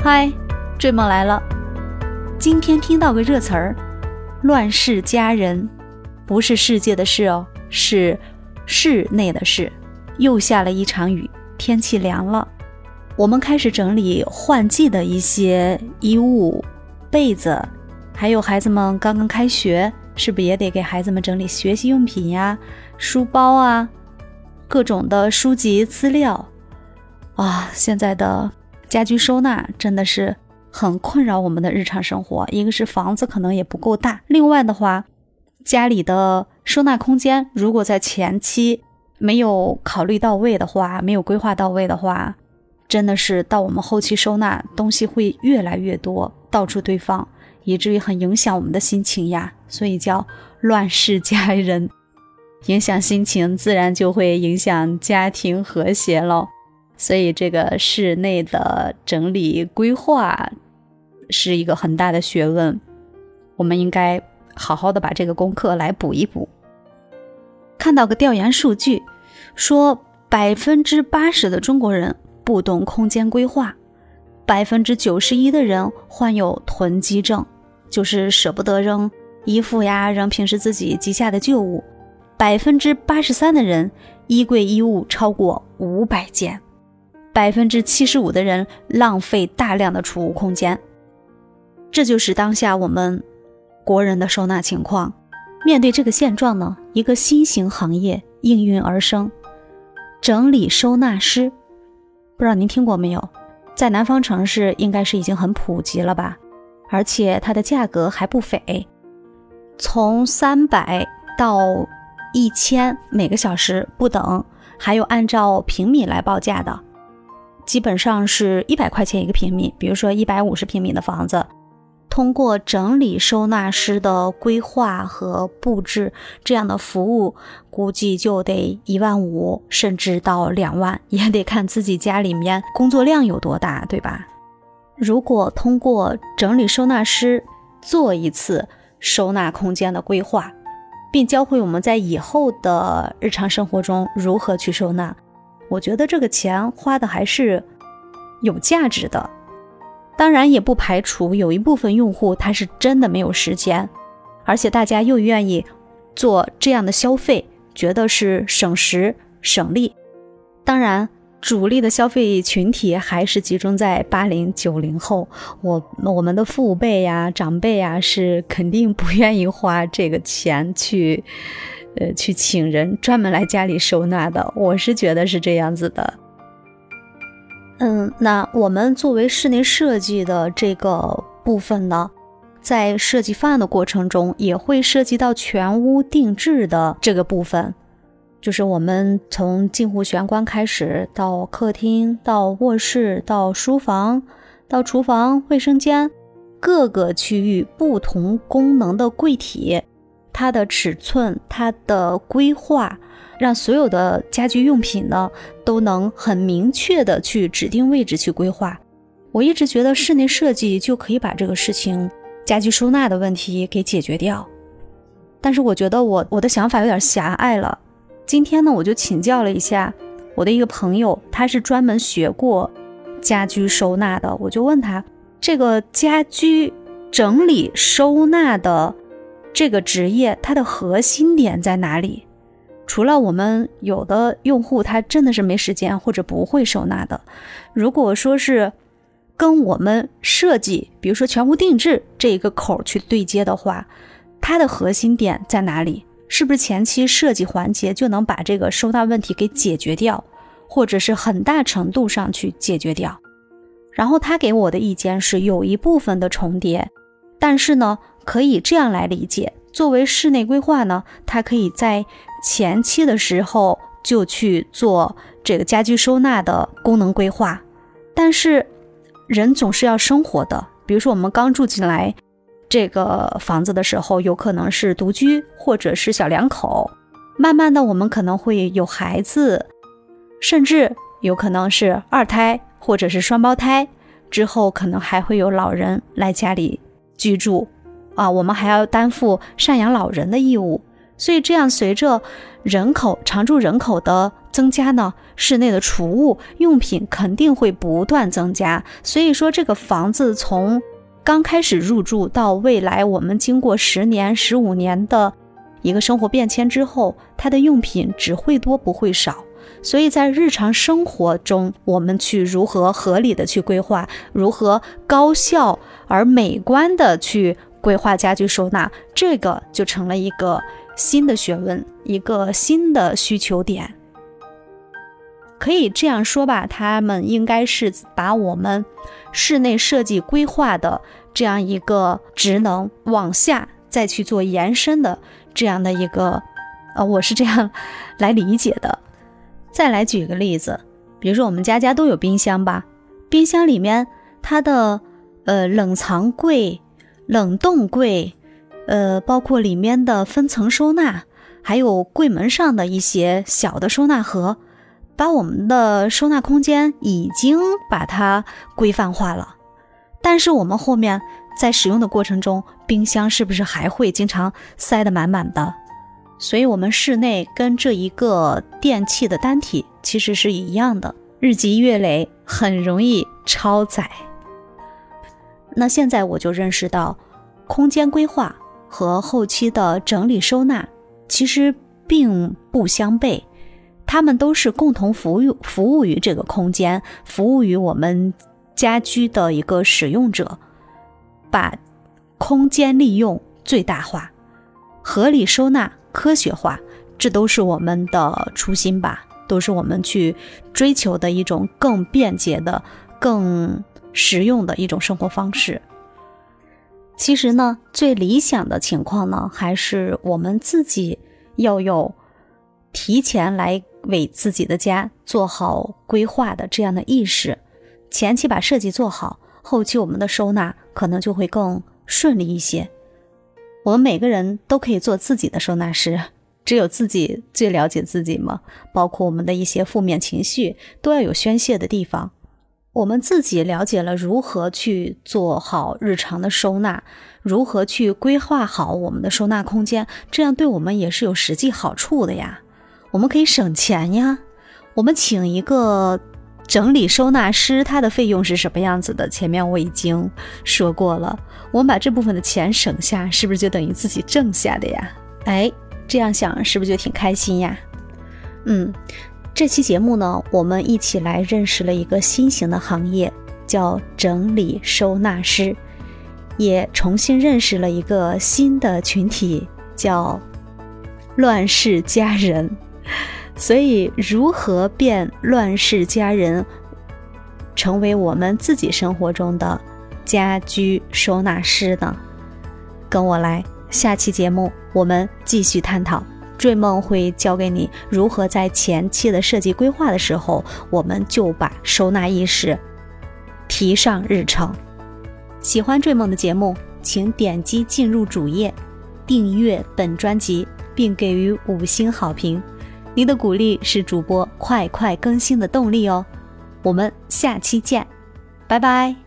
嗨，追梦来了。今天听到个热词儿，乱世佳人，不是世界的事哦，是室内的事。又下了一场雨，天气凉了，我们开始整理换季的一些衣物、被子，还有孩子们刚刚开学，是不是也得给孩子们整理学习用品呀、书包啊，各种的书籍资料啊。现在的家居收纳真的是很困扰我们的日常生活，一个是房子可能也不够大，另外的话，家里的收纳空间如果在前期没有考虑到位的话，没有规划到位的话，真的是到我们后期收纳东西会越来越多，到处堆放，以至于很影响我们的心情呀。所以叫乱世佳人，影响心情自然就会影响家庭和谐咯。所以这个室内的整理规划是一个很大的学问，我们应该好好的把这个功课来补一补。看到个调研数据说80%的中国人不懂空间规划，91%的人患有囤积症，就是舍不得扔衣服呀，扔平时自己积下的旧物。83%的人衣柜衣物超过500件，75%的人浪费大量的储物空间。这就是当下我们国人的收纳情况。面对这个现状呢，一个新型行业应运而生，整理收纳师。不知道您听过没有？在南方城市应该是已经很普及了吧，而且它的价格还不菲，从300到1000每个小时不等，还有按照平米来报价的，基本上是100块钱一个平米。比如说150平米的房子，通过整理收纳师的规划和布置，这样的服务估计就得15000，甚至到2万，也得看自己家里面工作量有多大，对吧？如果通过整理收纳师做一次收纳空间的规划，并教会我们在以后的日常生活中如何去收纳，我觉得这个钱花的还是有价值的。当然也不排除有一部分用户他是真的没有时间，而且大家又愿意做这样的消费，觉得是省时省力。当然主力的消费群体还是集中在80、90后，我们的父辈呀、长辈呀是肯定不愿意花这个钱去请人专门来家里收纳的，我是觉得是这样子的。那我们作为室内设计的这个部分呢，在设计方案的过程中也会涉及到全屋定制的这个部分，就是我们从进户玄关开始，到客厅，到卧室，到书房，到厨房、卫生间，各个区域不同功能的柜体，它的尺寸，它的规划，让所有的家居用品呢都能很明确的去指定位置去规划。我一直觉得室内设计就可以把这个事情，家居收纳的问题给解决掉，但是我觉得我的想法有点狭隘了。今天呢，我就请教了一下我的一个朋友，他是专门学过家居收纳的，我就问他，这个家居整理收纳的这个职业，它的核心点在哪里？除了我们有的用户他真的是没时间或者不会收纳的，如果说是跟我们设计，比如说全屋定制这一个口去对接的话，它的核心点在哪里？是不是前期设计环节就能把这个收纳问题给解决掉，或者是很大程度上去解决掉？然后他给我的意见是有一部分的重叠，但是呢，可以这样来理解，作为室内规划呢，它可以在前期的时候就去做这个家居收纳的功能规划。但是人总是要生活的，比如说我们刚住进来这个房子的时候，有可能是独居或者是小两口，慢慢的我们可能会有孩子，甚至有可能是2胎或者是双胞胎，之后可能还会有老人来家里居住啊，我们还要担负赡养老人的义务。 所以这样随着常住人口的增加呢，室内的储物用品肯定会不断增加。所以说这个房子从刚开始入住到未来我们经过10年15年的一个生活变迁之后，它的用品只会多不会少。所以在日常生活中，我们去如何合理的去规划，如何高效而美观的去规划家居收纳，这个就成了一个新的学问，一个新的需求点。可以这样说吧，他们应该是把我们室内设计规划的这样一个职能往下再去做延伸的这样的一个我是这样来理解的。再来举个例子，比如说我们家都有冰箱吧，冰箱里面它的冷藏柜、冷冻柜，包括里面的分层收纳，还有柜门上的一些小的收纳盒，把我们的收纳空间已经把它规范化了。但是我们后面在使用的过程中，冰箱是不是还会经常塞得满满的？所以我们室内跟这一个电器的单体其实是一样的，日积月累很容易超载。那现在我就认识到，空间规划和后期的整理收纳其实并不相悖，它们都是共同服务于这个空间，服务于我们家居的一个使用者，把空间利用最大化，合理收纳科学化，这都是我们的初心吧，都是我们去追求的一种更便捷的、更实用的一种生活方式。其实呢，最理想的情况呢，还是我们自己要有提前来为自己的家做好规划的这样的意识，前期把设计做好，后期我们的收纳可能就会更顺利一些。我们每个人都可以做自己的收纳师，只有自己最了解自己嘛，包括我们的一些负面情绪都要有宣泄的地方。我们自己了解了如何去做好日常的收纳，如何去规划好我们的收纳空间，这样对我们也是有实际好处的呀。我们可以省钱呀，我们请一个整理收纳师，他的费用是什么样子的，前面我已经说过了。我们把这部分的钱省下，是不是就等于自己挣下的呀？这样想是不是就挺开心呀？这期节目呢，我们一起来认识了一个新型的行业，叫整理收纳师，也重新认识了一个新的群体，叫乱世佳人。所以如何变乱世佳人，成为我们自己生活中的家居收纳师呢？跟我来，下期节目我们继续探讨。追梦会教给你如何在前期的设计规划的时候，我们就把收纳意识提上日程。喜欢追梦的节目，请点击进入主页，订阅本专辑，并给予5星好评。您的鼓励是主播快更新的动力哦。我们下期见，拜拜。